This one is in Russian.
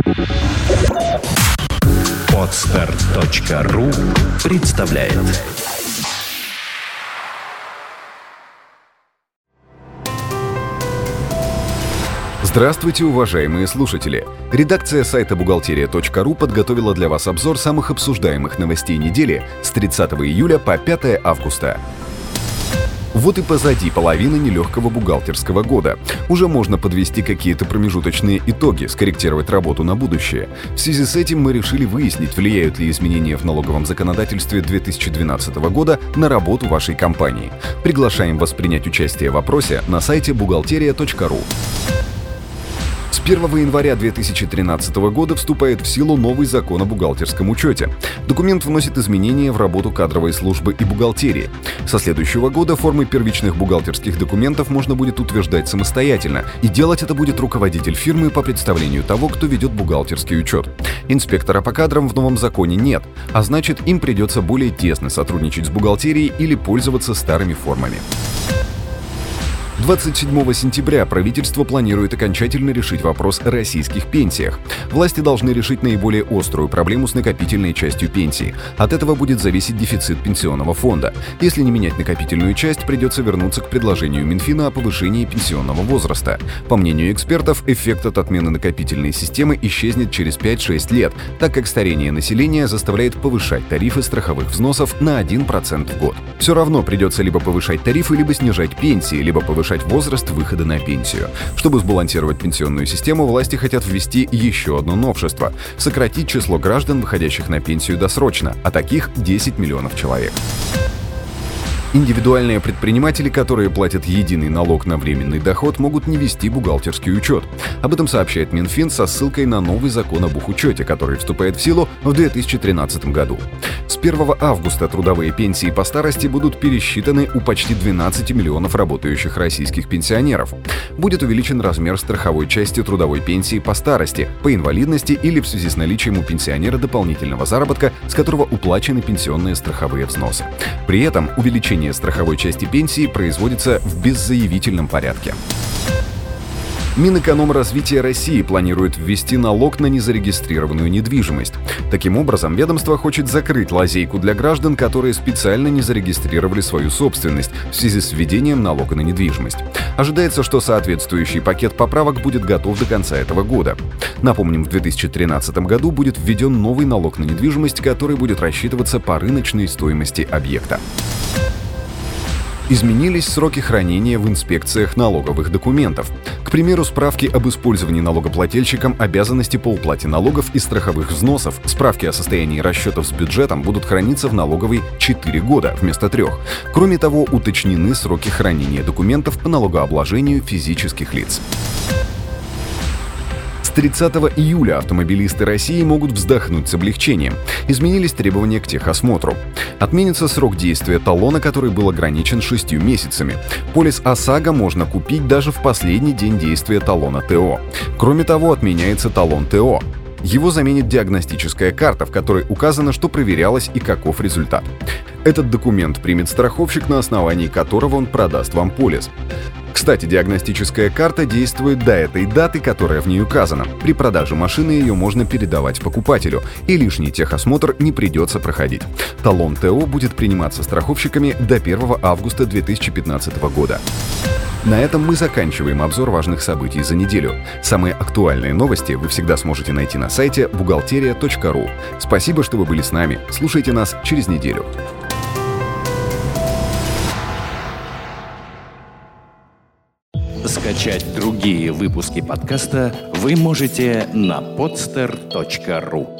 Podster.ru представляет. Здравствуйте, уважаемые слушатели! Редакция сайта бухгалтерия.ру подготовила для вас обзор самых обсуждаемых новостей недели с 30 июля по 5 августа. Вот и позади половина нелегкого бухгалтерского года. Уже можно подвести какие-то промежуточные итоги, скорректировать работу на будущее. В связи с этим мы решили выяснить, влияют ли изменения в налоговом законодательстве 2012 года на работу вашей компании. Приглашаем вас принять участие в опросе на сайте бухгалтерия.ру. С 1 января 2013 года вступает в силу новый закон о бухгалтерском учете. Документ вносит изменения в работу кадровой службы и бухгалтерии. Со следующего года формы первичных бухгалтерских документов можно будет утверждать самостоятельно, и делать это будет руководитель фирмы по представлению того, кто ведет бухгалтерский учет. Инспектора по кадрам в новом законе нет, а значит, им придется более тесно сотрудничать с бухгалтерией или пользоваться старыми формами. 27 сентября правительство планирует окончательно решить вопрос о российских пенсиях. Власти должны решить наиболее острую проблему с накопительной частью пенсии. От этого будет зависеть дефицит пенсионного фонда. Если не менять накопительную часть, придется вернуться к предложению Минфина о повышении пенсионного возраста. По мнению экспертов, эффект от отмены накопительной системы исчезнет через 5-6 лет, так как старение населения заставляет повышать тарифы страховых взносов на 1% в год. Все равно придется либо повышать тарифы, либо снижать пенсии, либо повышать возраст выхода на пенсию. Чтобы сбалансировать пенсионную систему, власти хотят ввести еще одно новшество – сократить число граждан, выходящих на пенсию досрочно, а таких 10 миллионов человек. Индивидуальные предприниматели, которые платят единый налог на временный доход, могут не вести бухгалтерский учет. Об этом сообщает Минфин со ссылкой на новый закон об бухучете, который вступает в силу в 2013 году. С 1 августа трудовые пенсии по старости будут пересчитаны у почти 12 миллионов работающих российских пенсионеров. Будет увеличен размер страховой части трудовой пенсии по старости, по инвалидности или в связи с наличием у пенсионера дополнительного заработка, с которого уплачены пенсионные страховые взносы. При этом увеличение страховой части пенсии производится в беззаявительном порядке. Минэкономразвития России планирует ввести налог на незарегистрированную недвижимость. Таким образом, ведомство хочет закрыть лазейку для граждан, которые специально не зарегистрировали свою собственность в связи с введением налога на недвижимость. Ожидается, что соответствующий пакет поправок будет готов до конца этого года. Напомним, в 2013 году будет введен новый налог на недвижимость, который будет рассчитываться по рыночной стоимости объекта. Изменились сроки хранения в инспекциях налоговых документов. К примеру, справки об использовании налогоплательщиком обязанности по уплате налогов и страховых взносов, справки о состоянии расчетов с бюджетом будут храниться в налоговой 4 года вместо 3. Кроме того, уточнены сроки хранения документов по налогообложению физических лиц. С 30 июля автомобилисты России могут вздохнуть с облегчением. Изменились требования к техосмотру. Отменится срок действия талона, который был ограничен 6 месяцами. Полис ОСАГО можно купить даже в последний день действия талона ТО. Кроме того, отменяется талон ТО. Его заменит диагностическая карта, в которой указано, что проверялось и каков результат. Этот документ примет страховщик, на основании которого он продаст вам полис. Кстати, диагностическая карта действует до этой даты, которая в ней указана. При продаже машины ее можно передавать покупателю, и лишний техосмотр не придется проходить. Талон ТО будет приниматься страховщиками до 1 августа 2015 года. На этом мы заканчиваем обзор важных событий за неделю. Самые актуальные новости вы всегда сможете найти на сайте бухгалтерия.ру. Спасибо, что вы были с нами. Слушайте нас через неделю. Скачать другие выпуски подкаста вы можете на podster.ru.